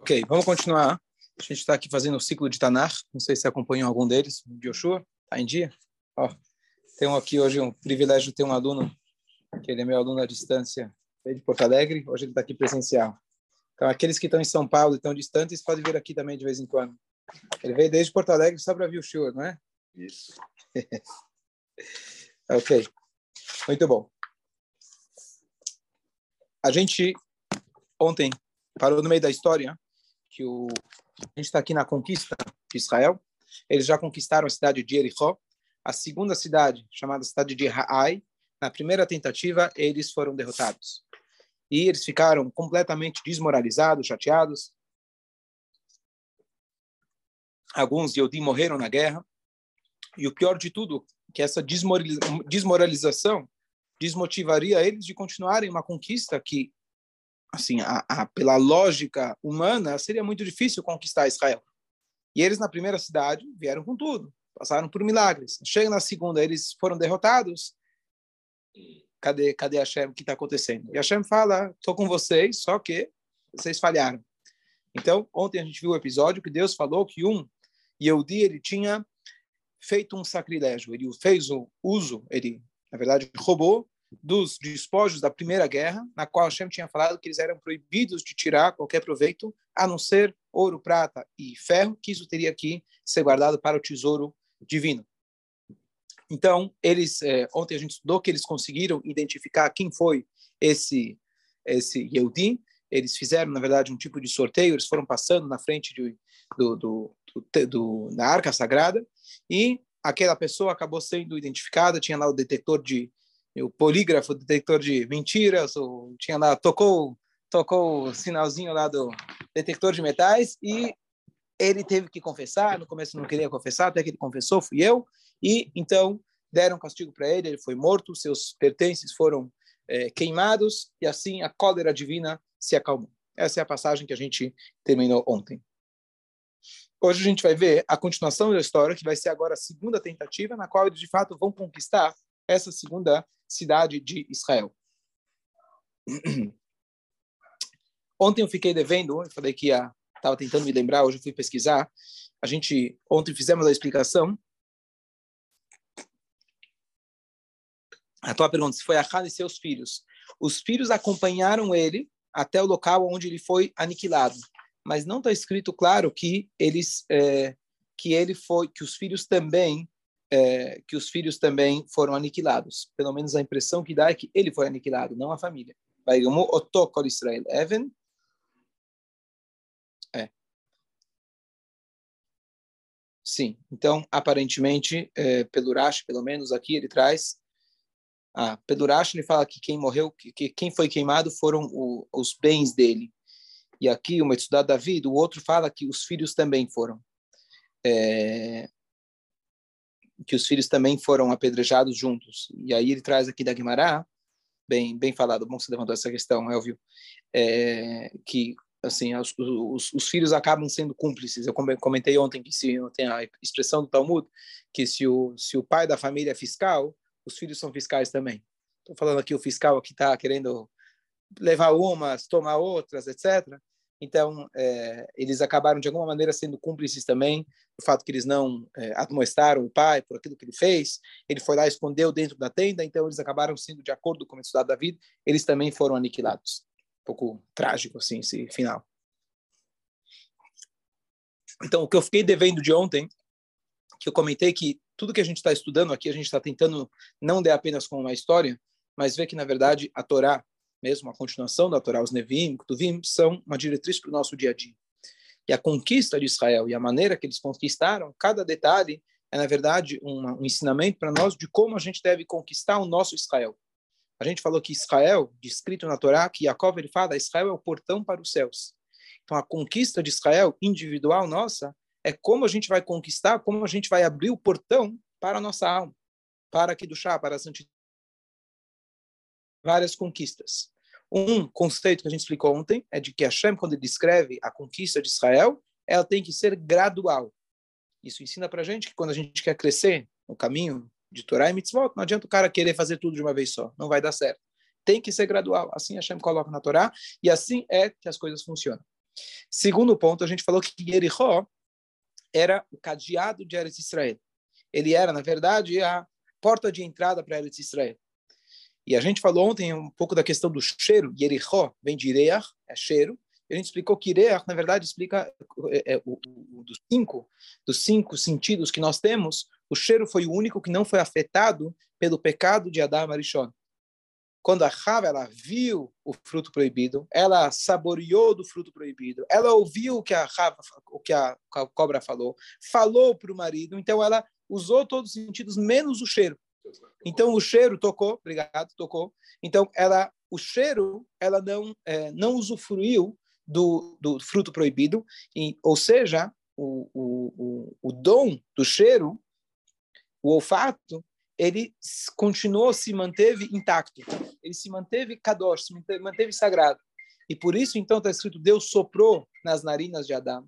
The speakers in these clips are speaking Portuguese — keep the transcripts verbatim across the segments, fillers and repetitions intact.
Ok, vamos continuar. A gente está aqui fazendo o ciclo de Tanar. Não sei se acompanham algum deles, o Joshua. Está em dia? Ó, tenho aqui hoje um privilégio de ter um aluno, que ele é meu aluno à distância, veio de Porto Alegre. Hoje ele está aqui presencial. Então, aqueles que estão em São Paulo e estão distantes, podem vir aqui também de vez em quando. Ele veio desde Porto Alegre só para ver o show, não é? Isso. Ok, muito bom. A gente, ontem, parou no meio da história que o, a gente está aqui na conquista de Israel. Eles já conquistaram a cidade de Jericó, a segunda cidade, chamada cidade de Ai. Na primeira tentativa, eles foram derrotados. E eles ficaram completamente desmoralizados, chateados. Alguns Yehudim morreram na guerra. E o pior de tudo, que essa desmoralização desmotivaria eles de continuarem uma conquista que, assim, a, a, pela lógica humana, seria muito difícil conquistar Israel. E eles, na primeira cidade, vieram com tudo, passaram por milagres. Chega na segunda, eles foram derrotados. Cadê, cadê Hashem? O que está acontecendo? E Hashem fala, estou com vocês, só que vocês falharam. Então, ontem a gente viu o episódio que Deus falou que um Yehudi, ele tinha feito um sacrilégio. Ele fez o uso, ele, na verdade, roubou dos despojos da primeira guerra, na qual Hashem tinha falado que eles eram proibidos de tirar qualquer proveito, a não ser ouro, prata e ferro, que isso teria que ser guardado para o tesouro divino. Então, eles, eh, ontem a gente estudou que eles conseguiram identificar quem foi esse, esse Yehudi. Eles fizeram, na verdade, um tipo de sorteio, eles foram passando na frente de, do, do, do, do, da Arca Sagrada, e aquela pessoa acabou sendo identificada, tinha lá o detector de, o polígrafo, o detector de mentiras, ou tinha lá, tocou, tocou o sinalzinho lá do detector de metais, e ele teve que confessar. No começo não queria confessar, até que ele confessou, fui eu, e então deram castigo para ele, ele foi morto, seus pertences foram é, queimados, e assim a cólera divina se acalmou. Essa é a passagem que a gente terminou ontem. Hoje a gente vai ver a continuação da história, que vai ser agora a segunda tentativa, na qual eles de fato vão conquistar essa segunda cidade de Israel. Ontem eu fiquei devendo, eu falei que estava tentando me lembrar, hoje eu fui pesquisar. A gente, ontem fizemos a explicação. A tua pergunta, se foi Achan e seus filhos. Os filhos acompanharam ele até o local onde ele foi aniquilado. Mas não está escrito claro que eles, é, que ele foi, que os filhos também, é, que os filhos também foram aniquilados. Pelo menos a impressão que dá é que ele foi aniquilado, não a família. Vaigamu oto kol Israel even. É. Sim. Então, aparentemente, é, pelo Rashi, pelo menos aqui ele traz. Ah, pelo Rashi ele fala que quem morreu, que, que quem foi queimado foram o, os bens dele. E aqui o Metzudat David, o outro fala que os filhos também foram. É, que os filhos também foram apedrejados juntos. E aí ele traz aqui da Guimará, bem, bem falado, bom que você levantou essa questão, Elvio, é, que assim, os, os, os filhos acabam sendo cúmplices. Eu comentei ontem que se tem a expressão do Talmud, que se o, se o pai da família é fiscal, os filhos são fiscais também. Estou falando aqui o fiscal que está querendo levar umas, tomar outras, etcétera. Então, é, eles acabaram, de alguma maneira, sendo cúmplices também, do fato que eles não é, admoestaram o pai por aquilo que ele fez. Ele foi lá e escondeu dentro da tenda, então eles acabaram sendo, de acordo com o estudado da vida, eles também foram aniquilados. Um pouco trágico, assim, esse final. Então, o que eu fiquei devendo de ontem, que eu comentei que tudo que a gente está estudando aqui, a gente está tentando não ler apenas com uma história, mas ver que, na verdade, a Torá, mesmo a continuação da Torá, os Neviim, Ketuvim, são uma diretriz para o nosso dia a dia. E a conquista de Israel e a maneira que eles conquistaram, cada detalhe é, na verdade, um, um ensinamento para nós de como a gente deve conquistar o nosso Israel. A gente falou que Israel, descrito na Torá, que Jacob ele fala, Israel é o portão para os céus. Então, a conquista de Israel individual nossa é como a gente vai conquistar, como a gente vai abrir o portão para a nossa alma, para aqui do chá, para a santidade. Várias conquistas. Um conceito que a gente explicou ontem é de que Hashem, quando ele descreve a conquista de Israel, ela tem que ser gradual. Isso ensina para a gente que quando a gente quer crescer no caminho de Torá e Mitzvot, não adianta o cara querer fazer tudo de uma vez só, não vai dar certo. Tem que ser gradual. Assim Hashem coloca na Torá e assim é que as coisas funcionam. Segundo ponto, a gente falou que Jericó era o cadeado de Eretz Israel. Ele era, na verdade, a porta de entrada para Eretz Israel. E a gente falou ontem um pouco da questão do cheiro. Jericó vem de Reach, é cheiro. E a gente explicou que Reach, na verdade, explica é, é, o, o, dos, cinco, dos cinco sentidos que nós temos, o cheiro foi o único que não foi afetado pelo pecado de Adam Arishon. Quando a Chava, ela viu o fruto proibido, ela saboreou do fruto proibido, ela ouviu o que a Chava, o que a cobra falou, falou para o marido, então ela usou todos os sentidos, menos o cheiro. Então o cheiro tocou, obrigado, tocou. Então ela, o cheiro, ela não é, não usufruiu do, do fruto proibido, e, ou seja, o, o, o, o dom do cheiro, o olfato, ele continuou, se manteve intacto. Ele se manteve kadosh, se manteve, manteve sagrado. E por isso, então, está escrito, Deus soprou nas narinas de Adão.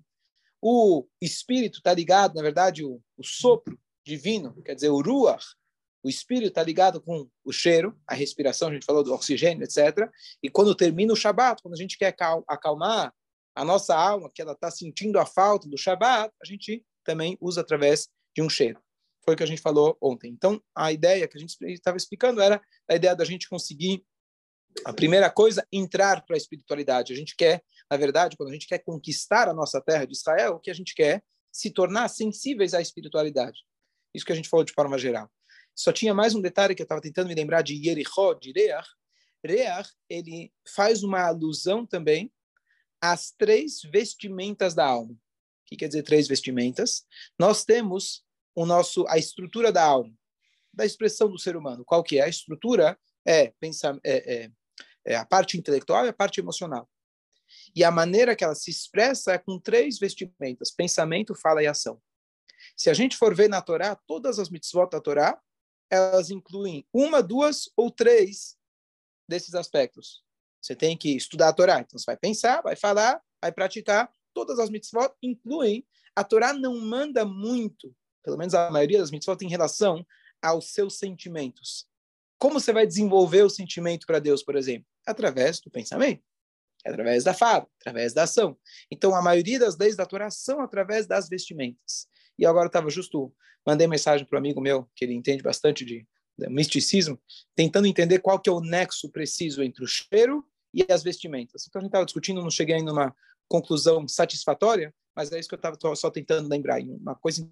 O espírito está ligado, na verdade, o, o sopro divino, quer dizer, o ruach, o espírito está ligado com o cheiro, a respiração, a gente falou do oxigênio, etcétera. E quando termina o Shabat, quando a gente quer acalmar a nossa alma, que ela está sentindo a falta do Shabat, a gente também usa através de um cheiro. Foi o que a gente falou ontem. Então, a ideia que a gente estava explicando era a ideia da gente conseguir, a primeira coisa, entrar para a espiritualidade. A gente quer, na verdade, quando a gente quer conquistar a nossa terra de Israel, o que a gente quer? Se tornar sensíveis à espiritualidade. Isso que a gente falou de forma geral. Só tinha mais um detalhe que eu estava tentando me lembrar de Jericó, de Reach. Reach, ele faz uma alusão também às três vestimentas da alma. O que quer dizer três vestimentas? Nós temos o nosso, a estrutura da alma, da expressão do ser humano. Qual que é? A estrutura é, pensar, é, é, é a parte intelectual e a parte emocional. E a maneira que ela se expressa é com três vestimentas, pensamento, fala e ação. Se a gente for ver na Torá, todas as mitzvot da Torá, elas incluem uma, duas ou três desses aspectos. Você tem que estudar a Torá, então você vai pensar, vai falar, vai praticar. Todas as mitzvot incluem. A Torá não manda muito, pelo menos a maioria das mitzvot, em relação aos seus sentimentos. Como você vai desenvolver o sentimento para Deus, por exemplo? Através do pensamento, através da fala, através da ação. Então, a maioria das leis da Torá são através das vestimentas. E agora eu estava justo, mandei mensagem para um amigo meu, que ele entende bastante de, de misticismo, tentando entender qual que é o nexo preciso entre o cheiro e as vestimentas. Então, a gente estava discutindo, não cheguei ainda numa conclusão satisfatória, mas é isso que eu estava só tentando lembrar. Uma coisa...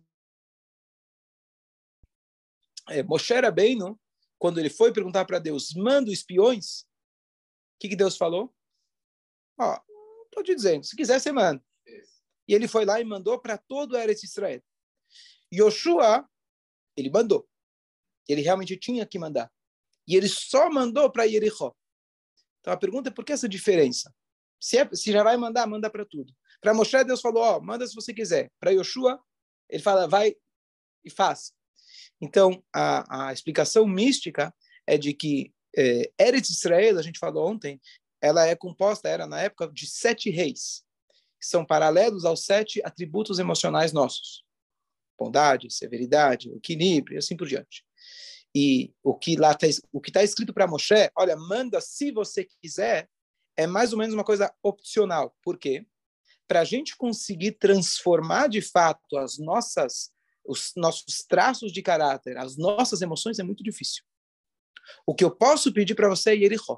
É, Moshe Rabbeinu, quando ele foi perguntar para Deus, manda espiões, o que, que Deus falou? Ó, estou te dizendo, se quiser você manda. E ele foi lá e mandou para todo o Eretz Israel. Yoshua, ele mandou. Ele realmente tinha que mandar. E ele só mandou para Jericó. Então a pergunta é por que essa diferença? Se, é, se já vai mandar, manda para tudo. Para Moshe, Deus falou, ó, manda se você quiser. Para Yoshua, ele fala, vai e faz. Então, a, a explicação mística é de que é, Eretz Israel, a gente falou ontem, ela é composta, era na época, de sete reis, que são paralelos aos sete atributos emocionais nossos. Bondade, severidade, equilíbrio, e assim por diante. E o que lá tá, o que está escrito para Moshe, olha, manda se você quiser, é mais ou menos uma coisa opcional. Por quê? Para a gente conseguir transformar de fato as nossas, os nossos traços de caráter, as nossas emoções, é muito difícil. O que eu posso pedir para você é Jericó.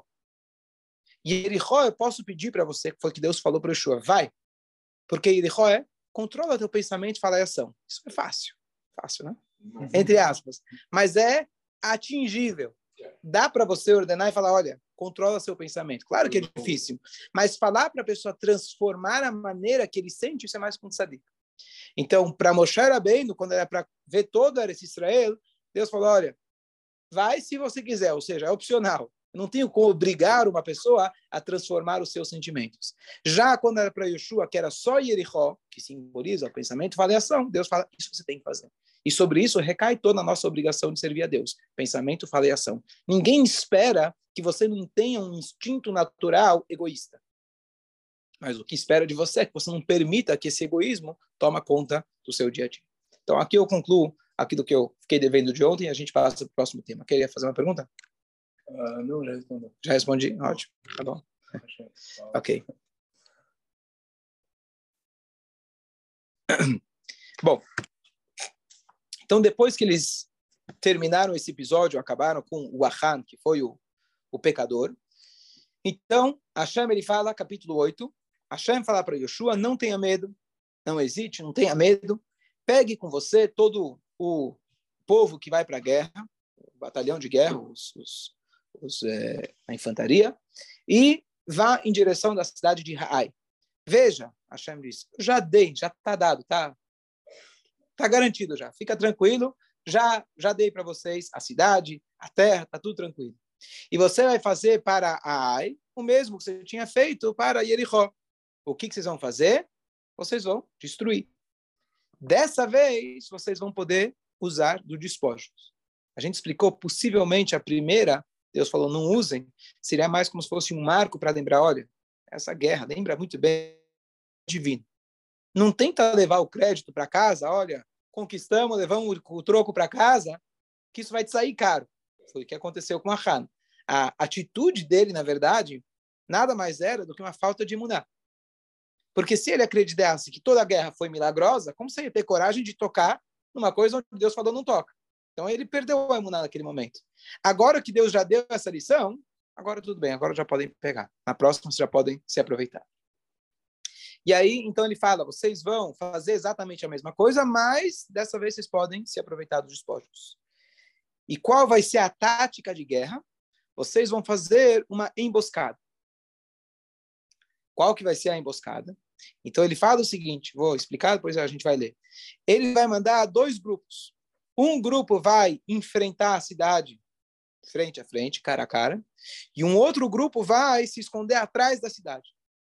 Jericó eu posso pedir para você, que foi o que Deus falou para Yeshua, vai. Porque Jericó é, controla teu pensamento, fala e ação. Isso é fácil. Fácil, né? Uhum. Entre aspas. Mas é atingível. Dá para você ordenar e falar, olha, controla seu pensamento. Claro que é difícil. Mas falar para a pessoa transformar a maneira que ele sente, isso é mais com tzadik. Então, para Moshe Rabbeinu, quando era para ver todo Eretz Israel, Deus falou, olha, vai se você quiser, ou seja, é opcional. Eu não tenho como obrigar uma pessoa a transformar os seus sentimentos. Já quando era para Yoshua, que era só Jericó, que simboliza o pensamento, fala e ação. Deus fala, isso você tem que fazer. E sobre isso recai toda a nossa obrigação de servir a Deus. Pensamento, fala e ação. Ninguém espera que você não tenha um instinto natural egoísta. Mas o que espera de você é que você não permita que esse egoísmo tome conta do seu dia a dia. Então aqui eu concluo aquilo que eu fiquei devendo de ontem e a gente passa para o próximo tema. Queria fazer uma pergunta? Uh, não, já respondi. Já respondi? Ótimo. Tá bom. Ok. Bom, então depois que eles terminaram esse episódio, acabaram com o Achan, que foi o, o pecador. Então, Hashem, ele fala, capítulo oito, Hashem fala para Yoshua, não tenha medo, não hesite, não tenha medo, pegue com você todo o povo que vai para a guerra, o batalhão de guerra, os, os, os, é, a infantaria, e vá em direção da cidade de Ai. Veja, Hashem diz, já dei, já está dado, está tá garantido já, fica tranquilo, já, já dei para vocês a cidade, a terra, está tudo tranquilo. E você vai fazer para Ai o mesmo que você tinha feito para Jericó. O que, que vocês vão fazer? Vocês vão destruir. Dessa vez, vocês vão poder usar do despojos. A gente explicou, possivelmente, a primeira, Deus falou, não usem, seria mais como se fosse um marco para lembrar, olha, essa guerra, lembra muito bem, divino. Não tenta levar o crédito para casa, olha, conquistamos, levamos o troco para casa, que isso vai te sair caro. Foi o que aconteceu com Achan. A atitude dele, na verdade, nada mais era do que uma falta de emuná. Porque se ele acreditasse que toda a guerra foi milagrosa, como você ia ter coragem de tocar numa coisa onde Deus falou não toca? Então ele perdeu a emuná naquele momento. Agora que Deus já deu essa lição, agora tudo bem, agora já podem pegar. Na próxima, vocês já podem se aproveitar. E aí, então ele fala, vocês vão fazer exatamente a mesma coisa, mas dessa vez vocês podem se aproveitar dos despojos. E qual vai ser a tática de guerra? Vocês vão fazer uma emboscada. Qual que vai ser a emboscada? Então ele fala o seguinte, vou explicar, depois a gente vai ler. Ele vai mandar dois grupos. Um grupo vai enfrentar a cidade frente a frente, cara a cara, e um outro grupo vai se esconder atrás da cidade.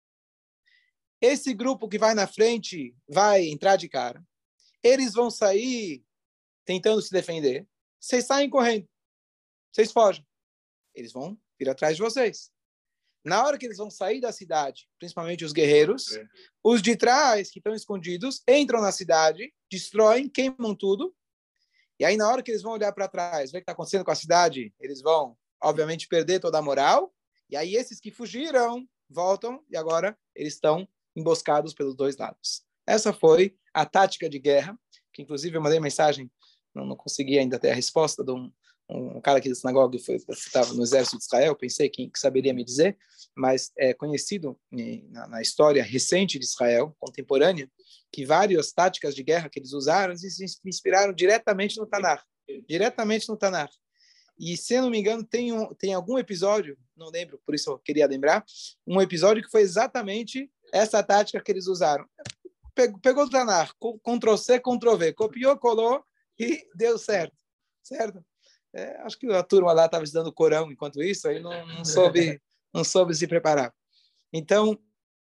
Esse grupo que vai na frente vai entrar de cara. Eles vão sair tentando se defender. Vocês saem correndo. Vocês fogem. Eles vão vir atrás de vocês. Na hora que eles vão sair da cidade, principalmente os guerreiros, os de trás, que estão escondidos, entram na cidade, destroem, queimam tudo. E aí, na hora que eles vão olhar para trás, ver o que está acontecendo com a cidade, eles vão, obviamente, perder toda a moral. E aí, esses que fugiram, voltam, e agora eles estão emboscados pelos dois lados. Essa foi a tática de guerra, que inclusive eu mandei mensagem, não, não consegui ainda ter a resposta de um, um cara aqui da sinagoga que estava no exército de Israel, pensei que, que saberia me dizer, mas é conhecido na, na história recente de Israel, contemporânea, que várias táticas de guerra que eles usaram se inspiraram diretamente no Tanakh, diretamente no Tanakh. E, se eu não me engano, tem, um, tem algum episódio, não lembro, por isso eu queria lembrar, um episódio que foi exatamente essa tática que eles usaram. Pegou, pegou o Tanakh, control C, control V, copiou, colou e deu certo. Certo? É, acho que a turma lá estava estudando o Corão enquanto isso, aí não, não, soube, não soube se preparar. Então,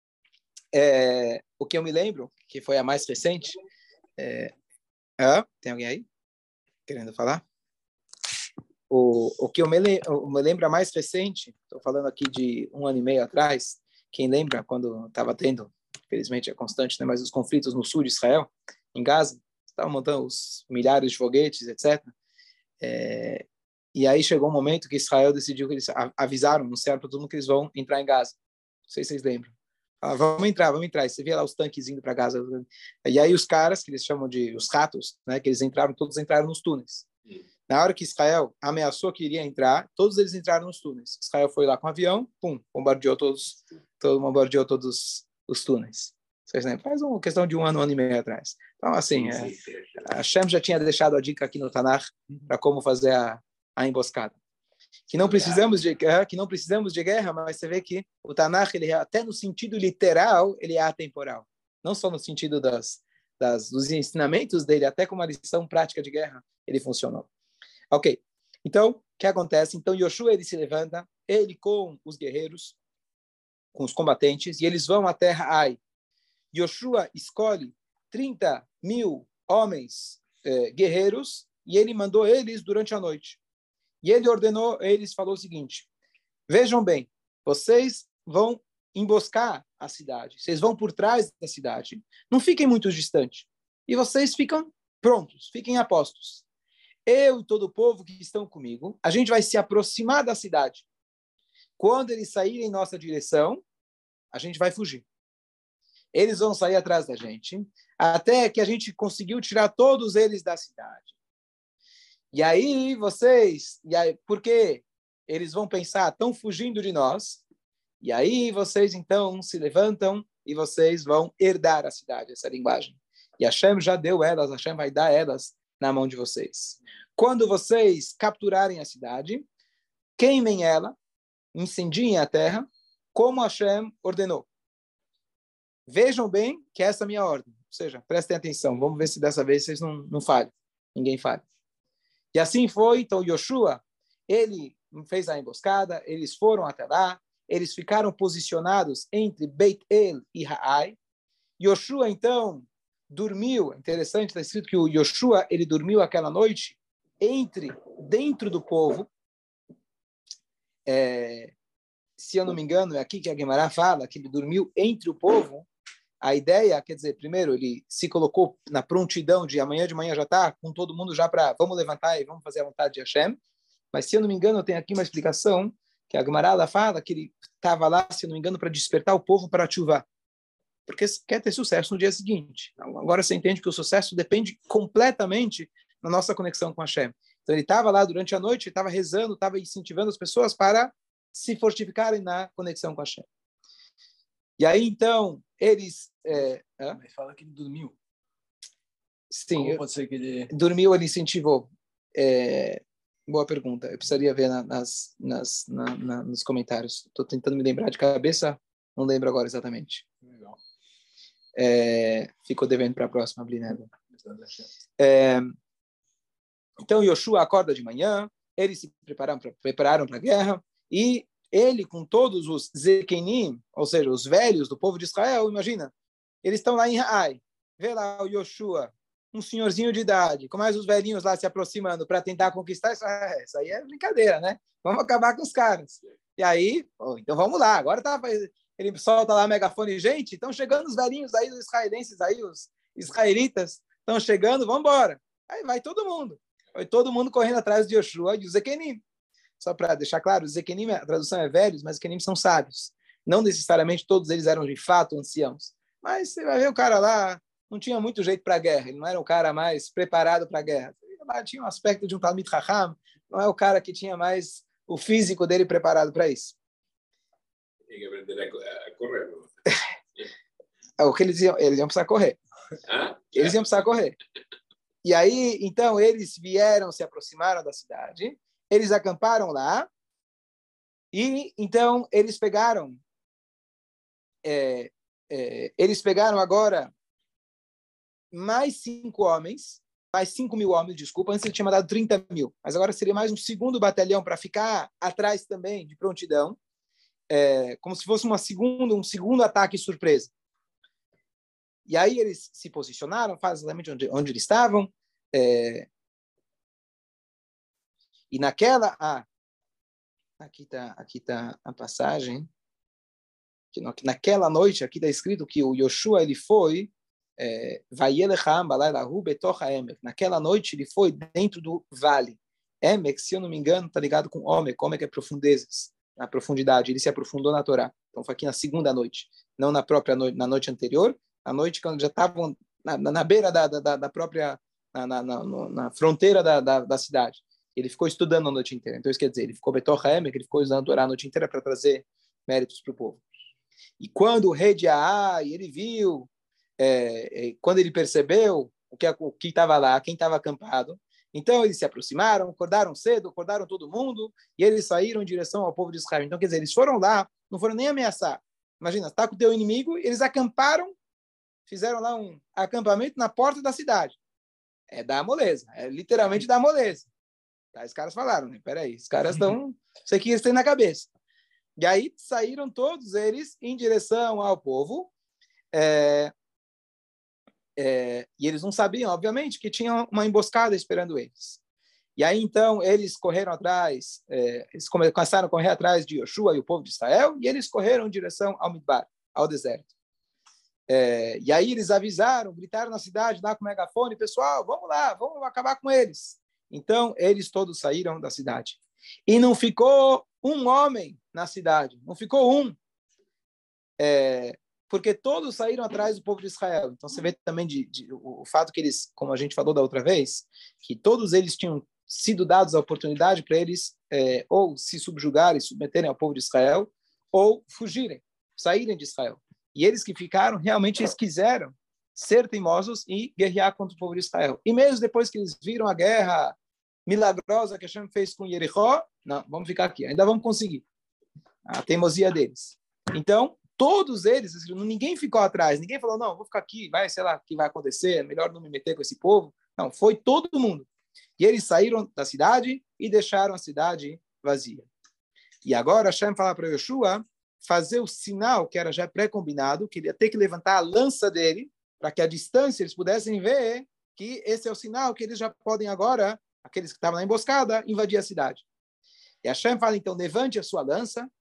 é, o que eu me lembro, que foi a mais recente, é, ah, tem alguém aí querendo falar? O, o que eu me, eu me lembro a mais recente, estou falando aqui de um ano e meio atrás, quem lembra quando estava tendo, infelizmente é constante, né, mas os conflitos no sul de Israel, em Gaza, estavam montando os milhares de foguetes, etcétera. É, e aí chegou um momento que Israel decidiu que eles avisaram, anunciaram para todo mundo que eles vão entrar em Gaza. Não sei se vocês lembram. Ah, vamos entrar, vamos entrar. E você via lá os tanques indo para Gaza. E aí os caras, que eles chamam de os ratos, né, que eles entraram, todos entraram nos túneis. Na hora que Israel ameaçou que iria entrar, todos eles entraram nos túneis. Israel foi lá com um avião, pum, bombardeou todos, todo, bombardeou todos os túneis. Vocês lembram? Faz uma questão de um ano, um ano e meio atrás. Então, assim, é, a Hashem já tinha deixado a dica aqui no Tanakh para como fazer a, a emboscada. Que não precisamos de guerra, que não precisamos de guerra, mas você vê que o Tanakh, ele, até no sentido literal, ele é atemporal. Não só no sentido das, das, dos ensinamentos dele, até como uma lição prática de guerra, ele funcionou. Ok, então, o que acontece? Então, Yoshua, ele se levanta, ele com os guerreiros, com os combatentes, e eles vão à terra Ai. Yoshua escolhe trinta mil homens eh, guerreiros, e ele mandou eles durante a noite. E ele ordenou, eles falou o seguinte, vejam bem, vocês vão emboscar a cidade, vocês vão por trás da cidade, não fiquem muito distantes, e vocês ficam prontos, fiquem a postos. Eu e todo o povo que estão comigo, a gente vai se aproximar da cidade. Quando eles saírem em nossa direção, a gente vai fugir. eles vão sair atrás da gente, até que a gente conseguiu tirar todos eles da cidade. E aí vocês, e aí, por quê? Eles vão pensar, estão fugindo de nós, e aí vocês então se levantam e vocês vão herdar a cidade, essa linguagem. E Hashem já deu elas, Hashem vai dar elas na mão de vocês. Quando vocês capturarem a cidade, queimem ela, incendiem a terra, como Hashem ordenou. Vejam bem que essa é a minha ordem. Ou seja, prestem atenção. Vamos ver se dessa vez vocês não, não falhem. Ninguém falha. E assim foi. Então, Yoshua, ele fez a emboscada, eles foram até lá, eles ficaram posicionados entre Beit El e Ai. Yoshua, então, dormiu. Interessante, está escrito que o Yoshua, ele dormiu aquela noite entre, dentro do povo. É, se eu não me engano, é aqui que a Guimarães fala que ele dormiu entre o povo. A ideia, quer dizer, primeiro, ele se colocou na prontidão de amanhã de manhã já está com todo mundo já para vamos levantar e vamos fazer a vontade de Hashem. Mas, se eu não me engano, tem aqui uma explicação que a Guimarães fala que ele estava lá, se eu não me engano, para despertar o povo para a chuva. Porque quer ter sucesso no dia seguinte. Agora você entende que o sucesso depende completamente da nossa conexão com Hashem. Então, ele estava lá durante a noite, estava rezando, estava incentivando as pessoas para se fortificarem na conexão com Hashem. E aí, então, eles... É, Mas fala que ele dormiu. Sim. Como pode ser que ele... Dormiu, ele incentivou. É, boa pergunta. Eu precisaria ver na, nas, nas, na, na, nos comentários. Estou tentando me lembrar de cabeça, não lembro agora exatamente. Legal. É, ficou devendo para a próxima, Blineda. É, então, Yoshua acorda de manhã, eles se prepararam para prepararam para a guerra, e ele, com todos os Zekenim, ou seja, os velhos do povo de Israel, imagina, eles estão lá em Ai, vê lá o Yoshua, um senhorzinho de idade, com mais os velhinhos lá se aproximando para tentar conquistar isso. Ah, isso aí é brincadeira, né? Vamos acabar com os caras. E aí, oh, então vamos lá, agora tá, ele solta lá o megafone, gente, estão chegando os velhinhos aí, os israelenses aí, os israelitas, estão chegando, vamos embora. Aí vai todo mundo, vai todo mundo correndo atrás de Yoshua e os Zekenim. Só para deixar claro, os Zekenim, a tradução é velhos, mas os Zekenim são sábios. Não necessariamente todos eles eram de fato anciãos. Mas você vai ver o cara lá, não tinha muito jeito para a guerra. Ele não era o cara mais preparado para a guerra. Ele tinha um aspecto de um Talmid Chacham, não é o cara que tinha mais o físico dele preparado para isso. Tem que aprender a correr. O que eles iam, eles iam precisar correr. Eles iam precisar correr. E aí, então, eles vieram, se aproximaram da cidade, eles acamparam lá, e então eles pegaram, é, é, eles pegaram agora mais cinco homens, mais cinco mil homens, desculpa, antes ele tinha mandado trinta mil, mas agora seria mais um segundo batalhão para ficar atrás também, de prontidão, é, como se fosse uma segunda, um segundo ataque surpresa. E aí eles se posicionaram, fazem exatamente onde, onde eles estavam, é, e naquela... Ah, aqui está aqui tá a passagem, que naquela noite, aqui está escrito que o Yoshua, ele foi, é, naquela noite ele foi dentro do vale. Emek, se eu não me engano, está ligado com Omek, Omek é profundezas, na profundidade, ele se aprofundou na Torá. Então foi aqui na segunda noite, não na própria noite, na noite anterior, a noite quando já estavam na, na, na beira da, da, da própria, na, na, na, na fronteira da, da, da cidade. Ele ficou estudando a noite inteira. Então isso quer dizer, ele ficou Betor Haemek, ele ficou estudando a Torá a noite inteira para trazer méritos para o povo. E quando o rei de Ai, ele viu, é, é, quando ele percebeu o que o que estava lá, quem estava acampado, então eles se aproximaram, acordaram cedo, acordaram todo mundo, e eles saíram em direção ao povo de Israel. Então, quer dizer, eles foram lá, não foram nem ameaçar. Imagina, está com o teu inimigo, eles acamparam, fizeram lá um acampamento na porta da cidade. É dar moleza, é literalmente dar moleza. Tá, os caras falaram, né? Peraí, os caras estão... Isso aqui eles têm na cabeça. E aí saíram todos eles em direção ao povo, é, é, e eles não sabiam, obviamente, que tinha uma emboscada esperando eles. E aí, então, eles correram atrás, é, eles começaram a correr atrás de Yoshua e o povo de Israel, e eles correram em direção ao Midbar, ao deserto. É, e aí eles avisaram, gritaram na cidade, lá com o megafone, pessoal, vamos lá, vamos acabar com eles. Então, eles todos saíram da cidade. E não ficou um homem na cidade, não ficou um. É, porque todos saíram atrás do povo de Israel. Então você vê também de, de, o, o fato que eles, como a gente falou da outra vez, que todos eles tinham sido dados a oportunidade para eles é, ou se subjugarem, submeterem ao povo de Israel, ou fugirem, saírem de Israel. E eles que ficaram, realmente eles quiseram ser teimosos e guerrear contra o povo de Israel. E mesmo depois que eles viram a guerra milagrosa que Hashem fez com Jericó, não, vamos ficar aqui, ainda vamos conseguir. A teimosia deles. Então, todos eles, ninguém ficou atrás, ninguém falou, não, vou ficar aqui, vai, sei lá, o que vai acontecer, é melhor não me meter com esse povo. Não, foi todo mundo. E eles saíram da cidade e deixaram a cidade vazia. E agora Hashem fala para Yoshua fazer o sinal que era já pré-combinado, que ele ia ter que levantar a lança dele, para que a distância eles pudessem ver que esse é o sinal que eles já podem agora, aqueles que estavam na emboscada, invadir a cidade. E Hashem fala, então, levante a sua lança,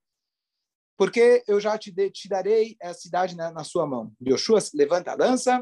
porque eu já te, de, te darei a cidade na, na sua mão. Yoshua levanta a lança,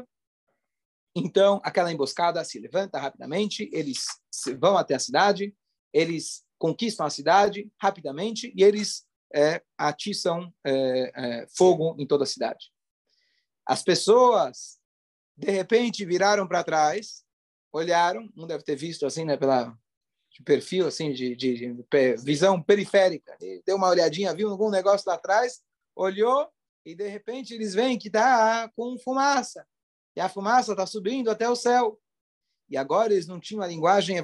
então aquela emboscada se levanta rapidamente, eles vão até a cidade, eles conquistam a cidade rapidamente e eles é, atiçam é, é, fogo em toda a cidade. As pessoas, de repente, viraram para trás, olharam, um deve ter visto assim, né, pela de perfil, assim, de, de, de visão periférica. Ele deu uma olhadinha, viu algum negócio lá atrás, olhou e, de repente, eles veem que está com fumaça. E a fumaça está subindo até o céu. E agora eles não tinham a linguagem,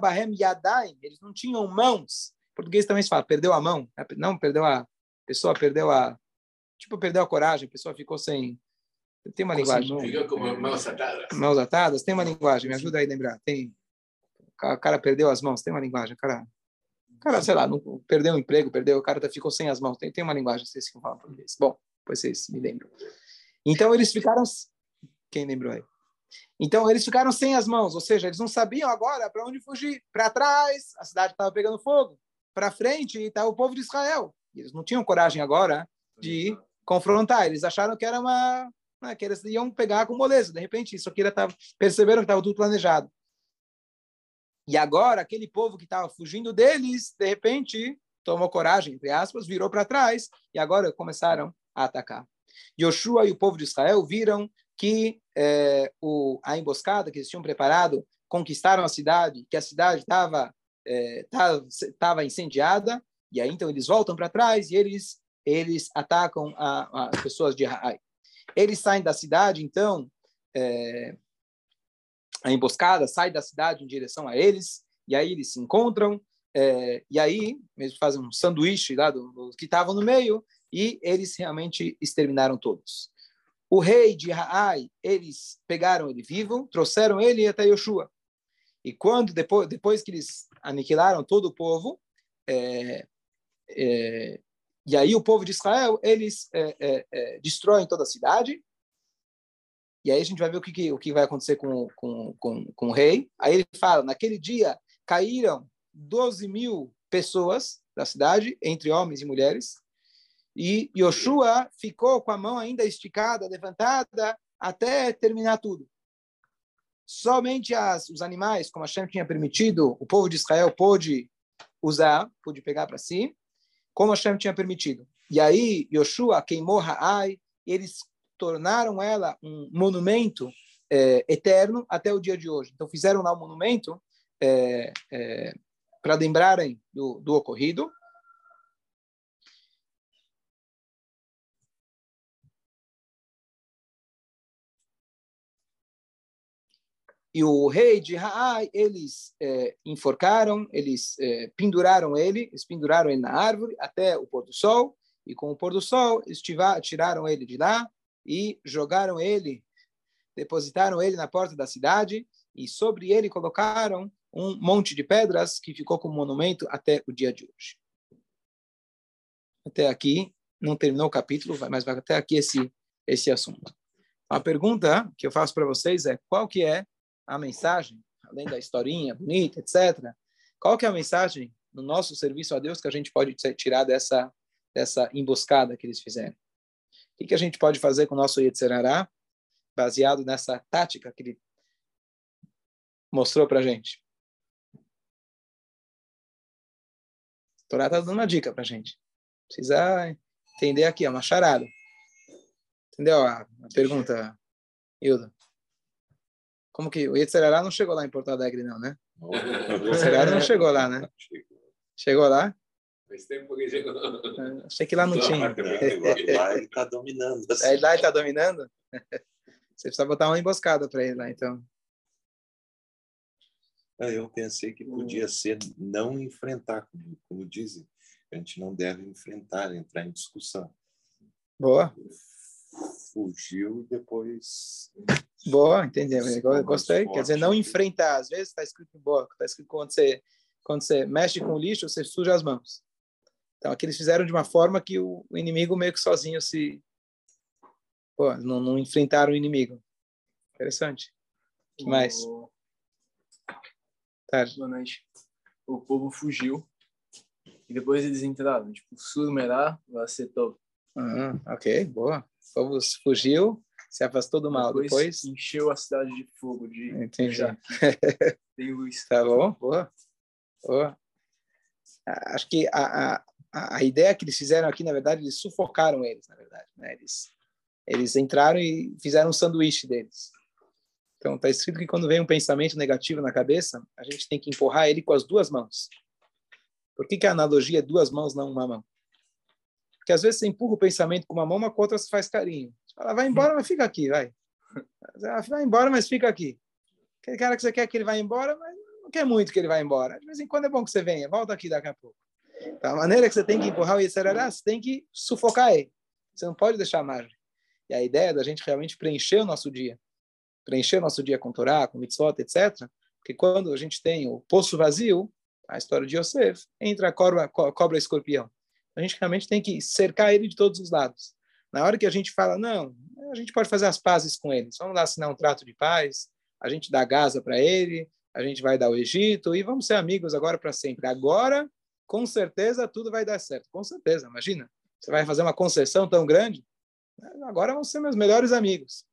eles não tinham mãos. Em português também se fala, perdeu a mão. Não, perdeu a pessoa, perdeu a... Tipo, perdeu a coragem, a pessoa ficou sem... Tem uma linguagem. Ficou como mãos atadas. Mãos atadas, tem uma linguagem, me ajuda aí a lembrar. Tem... O cara perdeu as mãos, tem uma linguagem, cara, cara, sei lá, não, perdeu o emprego, perdeu, o cara ficou sem as mãos, tem, tem uma linguagem, vocês que falam português. Bom, depois vocês me lembram. Então eles ficaram, quem lembrou aí? Então eles ficaram sem as mãos, ou seja, eles não sabiam agora para onde fugir. Para trás, a cidade estava pegando fogo, para frente estava o povo de Israel. E eles não tinham coragem agora de confrontar, eles acharam que era uma, né, que eles iam pegar com moleza. De repente, isso aqui tava, perceberam que estava tudo planejado. E agora, aquele povo que estava fugindo deles, de repente, tomou coragem, entre aspas, virou para trás, e agora começaram a atacar. Yoshua e o povo de Israel viram que é, o, a emboscada que eles tinham preparado, conquistaram a cidade, que a cidade estava é, tava incendiada, e aí então eles voltam para trás e eles, eles atacam a, as pessoas de Ai. Eles saem da cidade, então... É, a emboscada sai da cidade em direção a eles, e aí eles se encontram, é, e aí eles fazem um sanduíche lá dos do, que estavam no meio, e eles realmente exterminaram todos. O rei de Ai, eles pegaram ele vivo, trouxeram ele até Yoshua. E quando, depois, depois que eles aniquilaram todo o povo, é, é, e aí o povo de Israel, eles é, é, é, destroem toda a cidade. E aí a gente vai ver o que, o que vai acontecer com, com, com, com o rei. Aí ele fala, naquele dia caíram doze mil pessoas da cidade, entre homens e mulheres, e Yoshua ficou com a mão ainda esticada, levantada, até terminar tudo. Somente as, os animais, como Hashem tinha permitido, o povo de Israel pôde usar, pôde pegar para si, como Hashem tinha permitido. E aí Yoshua queimou Ai, e eles tornaram ela um monumento é, eterno até o dia de hoje. Então, fizeram lá um monumento é, é, para lembrarem do, do ocorrido. E o rei de Ai, eles é, enforcaram, eles é, penduraram ele, eles penduraram ele na árvore até o pôr do sol, e com o pôr do sol, eles tiraram ele de lá, e jogaram ele, depositaram ele na porta da cidade e sobre ele colocaram um monte de pedras que ficou como monumento até o dia de hoje. Até aqui, não terminou o capítulo, mas vai até aqui esse, esse assunto. A pergunta que eu faço para vocês é qual que é a mensagem, além da historinha bonita, etcétera, qual que é a mensagem no nosso serviço a Deus que a gente pode tirar dessa, dessa emboscada que eles fizeram? O que a gente pode fazer com o nosso Yetzer Hará, baseado nessa tática que ele mostrou para a gente? A Torá está dando uma dica para a gente. Precisa entender aqui, é uma charada. Entendeu a, a pergunta, Hilda? Como que o Yetzer Hará não chegou lá em Porto Alegre, não, né? O Yetzer Hará não chegou lá, né? Chegou lá? Faz tempo que chegou. Achei que lá não tinha. Lá ele está dominando. Assim. Lá ele está dominando? Você precisa botar uma emboscada para ele lá, então. Eu pensei que podia ser não enfrentar, como, como dizem. A gente não deve enfrentar, entrar em discussão. Boa. Fugiu e depois... Boa, entendeu? Eu gostei. Quer dizer, não enfrentar. Às vezes está escrito em boa, está escrito quando você, quando você mexe com o lixo, você suja as mãos. Então, aqui eles fizeram de uma forma que o, o inimigo meio que sozinho se... Pô, não, não enfrentaram o inimigo. Interessante. O que mais? O... Tarde. Boa noite. O povo fugiu e depois eles entraram. Tipo, Surmerá, Vacetou. Ah, ok, boa. O povo fugiu, se afastou do mal. Depois, Depois encheu a cidade de fogo. De entendi. Tem luz. Tá bom, boa. boa. Acho que a, a, a ideia que eles fizeram aqui, na verdade, eles sufocaram eles, na verdade. Né? Eles, eles entraram e fizeram um sanduíche deles. Então, está escrito que quando vem um pensamento negativo na cabeça, a gente tem que empurrar ele com as duas mãos. Por que, que a analogia é duas mãos, não uma mão? Porque às vezes você empurra o pensamento com uma mão, mas com a outra você faz carinho. Você fala, vai embora, mas fica aqui, vai. Vai embora, mas fica aqui. Aquele cara que você quer que ele vá embora, mas não quer muito que ele vá embora. De vez em quando é bom que você venha, volta aqui daqui a pouco. Então, a maneira que você tem que empurrar o Yetzer Hará, você tem que sufocar ele. Você não pode deixar margem. E a ideia é da gente realmente preencher o nosso dia. Preencher o nosso dia com Torá, com mitzvot, etcétera. Porque quando a gente tem o poço vazio, a história de Yosef, entra a cobra, cobra escorpião. A gente realmente tem que cercar ele de todos os lados. Na hora que a gente fala, não, a gente pode fazer as pazes com eles. Vamos lá assinar um trato de paz, a gente dá Gaza para ele, a gente vai dar o Egito e vamos ser amigos agora para sempre. Agora, com certeza, tudo vai dar certo. Com certeza, imagina. Você vai fazer uma concessão tão grande, agora vão ser meus melhores amigos.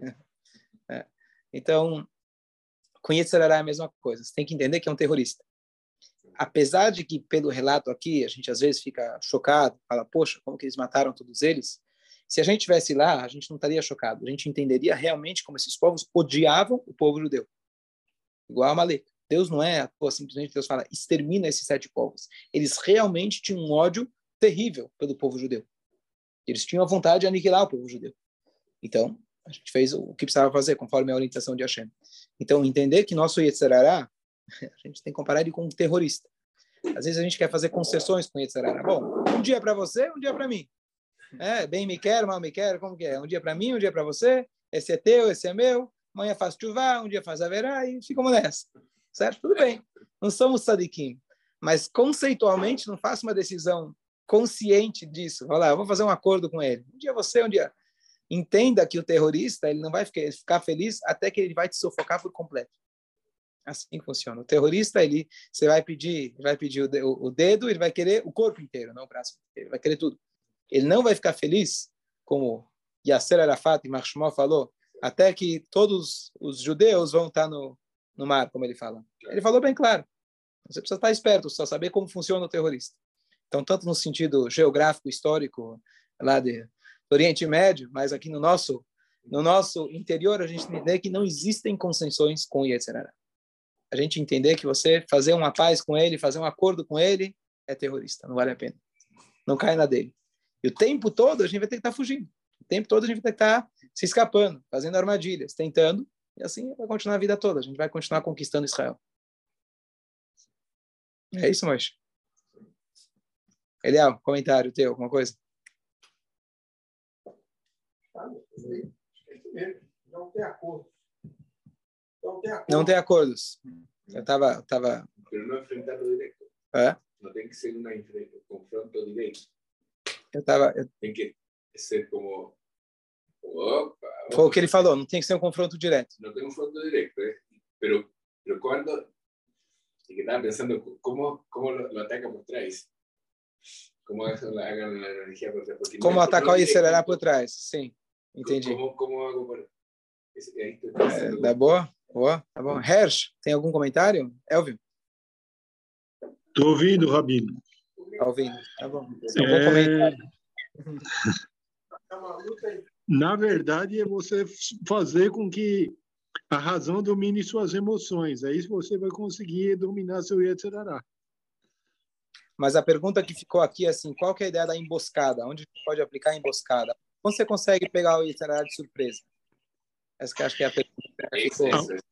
É. Então, com Yetzer Hará é a mesma coisa. Você tem que entender que é um terrorista. Apesar de que, pelo relato aqui, a gente às vezes fica chocado, fala, poxa, como que eles mataram todos eles? Se a gente estivesse lá, a gente não estaria chocado. A gente entenderia realmente como esses povos odiavam o povo judeu. Igual a Amalek. Deus não é, pô, simplesmente Deus fala, extermina esses sete povos. Eles realmente tinham um ódio terrível pelo povo judeu. Eles tinham a vontade de aniquilar o povo judeu. Então, a gente fez o que precisava fazer, conforme a orientação de Hashem. Então, entender que nosso Yetzer Hará, a gente tem que comparar ele com um terrorista. Às vezes a gente quer fazer concessões com Yetzer Hará. Bom, um dia para você, um dia para mim. É, bem me quer, mal me quer, como que é? Um dia para mim, um dia para você. Esse é teu, esse é meu. Amanhã faz chuvá, um dia faz haverá e ficamos nessa. Certo? Tudo bem. Não somos sadiquim. Mas conceitualmente não faça uma decisão consciente disso. Olha lá, eu vou fazer um acordo com ele. Um dia você, um dia... Entenda que o terrorista ele não vai ficar feliz até que ele vai te sufocar por completo. Assim que funciona. O terrorista, ele, você vai pedir, vai pedir o, o dedo, ele vai querer o corpo inteiro, não o braço inteiro, ele vai querer tudo. Ele não vai ficar feliz, como Yasser Arafat e Mark Shmuel falou, até que todos os judeus vão estar no, no mar, como ele fala. Ele falou bem claro. Você precisa estar esperto, só saber como funciona o terrorista. Então, tanto no sentido geográfico, histórico, lá de, do Oriente Médio, mas aqui no nosso, no nosso interior, a gente entender que não existem concessões com o Yetzer Hará. A gente entender que você fazer uma paz com ele, fazer um acordo com ele, é terrorista, não vale a pena. Não cai na dele. E o tempo todo a gente vai ter que estar fugindo. O tempo todo a gente vai ter que estar se escapando, fazendo armadilhas, tentando, e assim vai continuar a vida toda. A gente vai continuar conquistando Israel. É isso, Moisés? Eliel, comentário teu, alguma coisa? Não tem acordo. Não tem acordo. Não tem acordos. Eu estava... Tava... Pero não enfrentar direto. É? Não tem que ser uma um confronto direto. Eu estava... Eu... Tem que ser como... Opa, Foi o que ele falou, não tem que ser um confronto direto. Não tem um confronto direto, eh? pero, pero quando... E que estava pensando como, como lo, lo ataca por trás. Como hagan la energia por trás. Porque como no, atacar o Yetzer Hará por trás, sim. Entendi. Como, como hago por... É, tá boa? Boa, tá bom. Hersh, tem algum comentário? Elvio? Estou ouvindo, Rabino. Tá ouvindo, tá bom. Algum é... comentário? Na verdade, é você fazer com que a razão domine suas emoções. Aí você vai conseguir dominar seu Yetzer Hará. Mas a pergunta que ficou aqui é assim, qual que é a ideia da emboscada? Onde você pode aplicar a emboscada? Como você consegue pegar o Yetzer Hará de surpresa? Essa que eu acho que é a pergunta que ficou.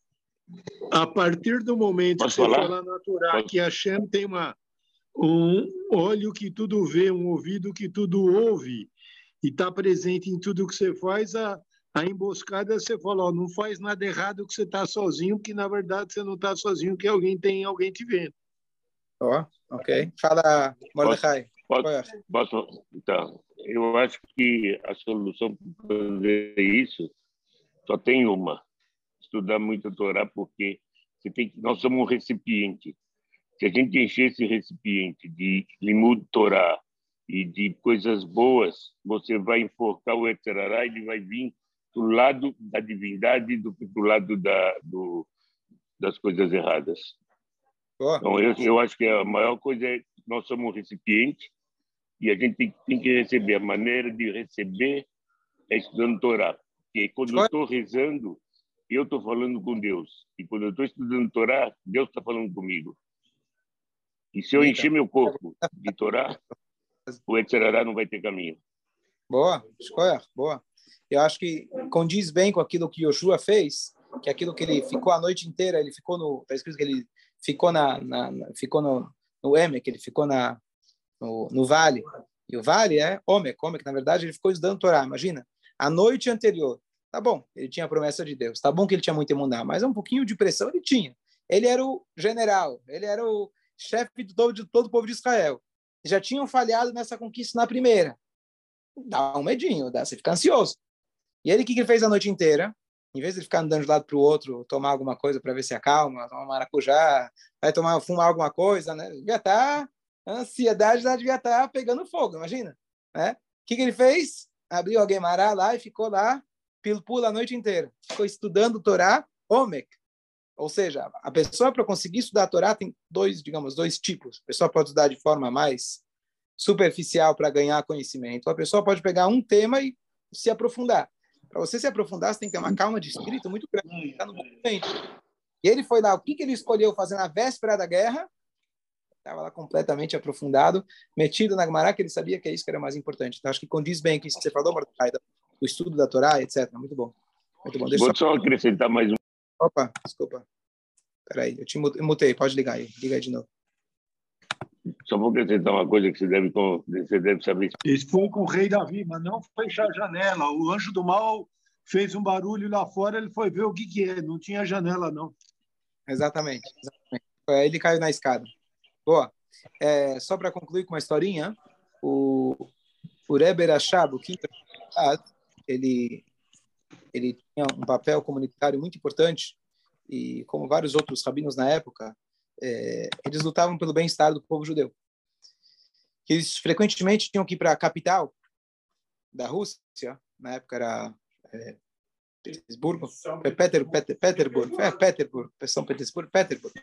A partir do momento Posso que você falar? fala na Torá Posso? que Hashem tem uma, um olho que tudo vê, um ouvido que tudo ouve, e está presente em tudo que você faz, a, a emboscada você fala, ó, não faz nada errado que você está sozinho, porque na verdade você não está sozinho, que alguém tem alguém te vendo. Ó, oh, ok. Fala, Mordecai. Posso, posso, então, eu acho que a solução para fazer isso só tem uma. Estudar muito a Torá, porque você tem, nós somos um recipiente. Se a gente encher esse recipiente de limud Torá e de coisas boas, você vai enforcar o Yetzer Hará e ele vai vir do lado da divindade do do lado da, do, das coisas erradas. Oh. Então, eu, eu acho que a maior coisa é que nós somos um recipiente e a gente tem, tem que receber. A maneira de receber é estudando Torá. Porque quando eu estou rezando, eu estou falando com Deus. E quando eu estou estudando Torá, Deus está falando comigo. E se eu encher meu corpo de Torá, o Yetzer Hará não vai ter caminho. Boa, escolha, boa. Eu acho que condiz bem com aquilo que Yoshua fez, que aquilo que ele ficou a noite inteira, ele ficou no... Está escrito que ele ficou, na, na, na, ficou no, no Emek, ele ficou na, no, no vale. E o vale é Omek. Omek, na verdade, ele ficou estudando Torá. Imagina, a noite anterior. Tá bom, ele tinha a promessa de Deus. Tá bom que ele tinha muito emuná, mas um pouquinho de pressão ele tinha. Ele era o general, ele era o chefe de todo, de todo o povo de Israel. Já tinham falhado nessa conquista na primeira. Dá um medinho, dá, você fica ansioso. E ele, o que ele fez a noite inteira? Em vez de ficar andando de lado para o outro, tomar alguma coisa para ver se acalma, tomar maracujá, vai tomar, fumar alguma coisa, né? Devia estar, a ansiedade já devia estar pegando fogo, imagina. Né? O que ele fez? Abriu a Guemará lá e ficou lá, pilpula a noite inteira. Ficou estudando Torá, Omek. Ou seja, a pessoa, para conseguir estudar a Torá, tem dois, digamos, dois tipos. A pessoa pode estudar de forma mais superficial para ganhar conhecimento. A pessoa pode pegar um tema e se aprofundar. Para você se aprofundar, você tem que ter uma calma de espírito muito grande. Tá no momento. E ele foi lá. O que, que ele escolheu fazer na véspera da guerra? Estava lá completamente aprofundado, metido na Gemara, que ele sabia que é isso que era mais importante. Então, acho que condiz bem com isso que você falou, Mordecai, o estudo da Torá, etcétera. Muito bom. Muito bom. Deixa Vou só acrescentar mais um. Opa, desculpa. Peraí, eu te mutei. Pode ligar aí. Liga aí de novo. Só vou acrescentar uma coisa que você deve, você deve saber. Esse foi com o rei Davi, mas não fechar a janela. O anjo do mal fez um barulho lá fora, ele foi ver o que, que é. Não tinha janela, não. Exatamente. exatamente. Aí ele caiu na escada. Boa. É, só para concluir com uma historinha, o, o Rebbe Rashab, o quinto, ele, ele tinha um papel comunitário muito importante e, como vários outros rabinos na época, é, eles lutavam pelo bem-estar do povo judeu. Eles frequentemente tinham que ir para a capital da Rússia, na época era é, Petersburgo, é Peter, Peter, Petersburgo, é Petersburgo, São Petersburgo, Petersburgo.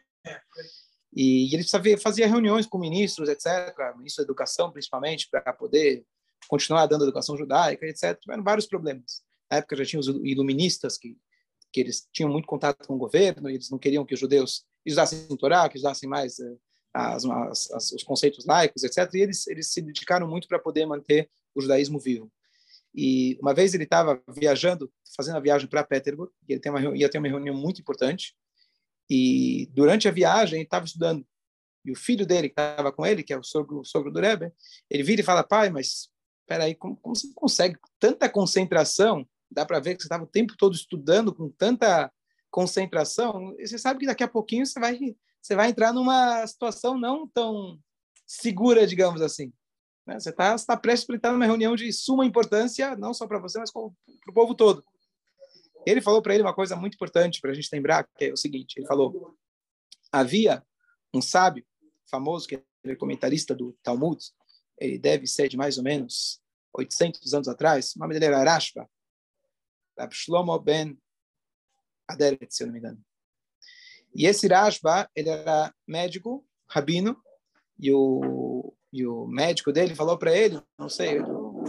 E ele fazia reuniões com ministros, etcétera, ministro da educação, principalmente, para poder continuar dando educação judaica, etcétera. Tiveram vários problemas. Na época já tinha os iluministas, que, que eles tinham muito contato com o governo, e eles não queriam que os judeus usassem Torá, que usassem mais uh, as, as, as, os conceitos laicos, etcétera. E eles, eles se dedicaram muito para poder manter o judaísmo vivo. E uma vez ele estava viajando, fazendo a viagem para Petersburgo, e ele tem uma, ia ter uma reunião muito importante, e durante a viagem ele estava estudando. E o filho dele, que estava com ele, que é o sogro, o sogro do Rebbe, ele vira e fala: pai, mas espera aí, como, como você consegue tanta concentração? Dá para ver que você estava o tempo todo estudando com tanta concentração. E você sabe que daqui a pouquinho você vai, você vai entrar numa situação não tão segura, digamos assim. Né? Você está tá prestes para entrar numa reunião de suma importância, não só para você, mas para o povo todo. Ele falou para ele uma coisa muito importante para a gente lembrar, que é o seguinte: ele falou, havia um sábio famoso, que é comentarista do Talmud, ele deve ser de mais ou menos oitocentos anos atrás, o nome dele era Rashba, Rab Shlomo ben Aderet, se eu não me engano. E esse Rashba, ele era médico, rabino, e o, e o médico dele falou para ele, não sei, o,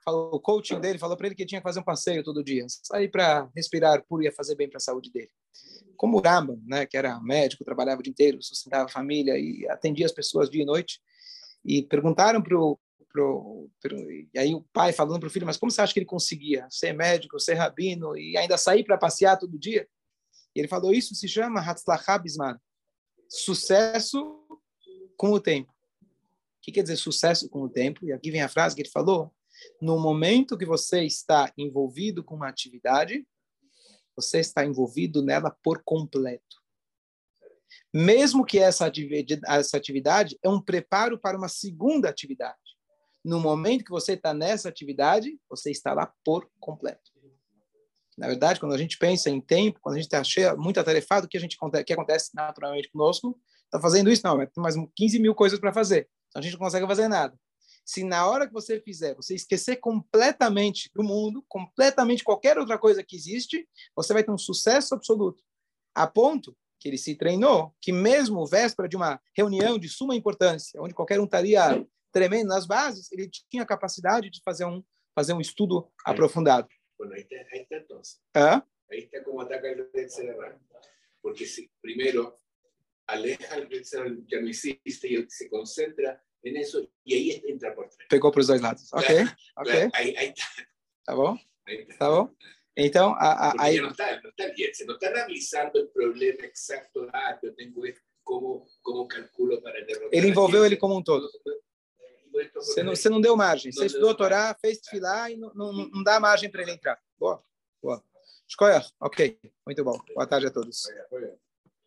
falou, o coaching dele falou para ele que ele tinha que fazer um passeio todo dia, sair para respirar puro, ia fazer bem para a saúde dele. Como o Rambam, né, que era médico, trabalhava o dia inteiro, sustentava a família e atendia as pessoas dia e noite, e perguntaram para o Pro, pro, e aí o pai falando para o filho, mas como você acha que ele conseguia ser médico, ser rabino e ainda sair para passear todo dia? E ele falou, isso se chama Hatzlachá Bisman, sucesso com o tempo. O que quer dizer sucesso com o tempo? E aqui vem a frase que ele falou, no momento que você está envolvido com uma atividade, você está envolvido nela por completo. Mesmo que essa atividade, essa atividade é um preparo para uma segunda atividade. No momento que você está nessa atividade, você está lá por completo. Na verdade, quando a gente pensa em tempo, quando a gente está cheio, muito atarefado, o que, a gente, que acontece naturalmente conosco? Está fazendo isso? Não, tem mais quinze mil coisas para fazer. Então a gente não consegue fazer nada. Se na hora que você fizer, você esquecer completamente do mundo, completamente qualquer outra coisa que existe, você vai ter um sucesso absoluto. A ponto que ele se treinou, que mesmo véspera de uma reunião de suma importância, onde qualquer um estaria tremendo nas bases, ele tinha a capacidade de fazer um, fazer um estudo aprofundado. Bueno, ahí está, ahí está entonces. ¿Ah? Ahí está como ataca el Yetzirah. Porque si, primero aleja el Yetzirah, ya no hiciste, y se concentra en eso, y ahí entra por tres. Pegou para os dois lados. Ok, Claro, ok. claro, ahí, ahí está. Tá bom? Ahí está. Tá bom? Então, a, a, Porque aí... ya no está, no está el Yetzirah, no está analizando el problema exacto. Ah, yo tengo esto, ¿cómo, cómo calculo para derrotar? Ele envolveu ele como um todo. Você Você não, você não deu margem. Você estudou a Torá, fez filar e não, não, não dá margem para ele entrar. Boa, boa. Escolha. Ok, muito bom. Boa tarde a todos.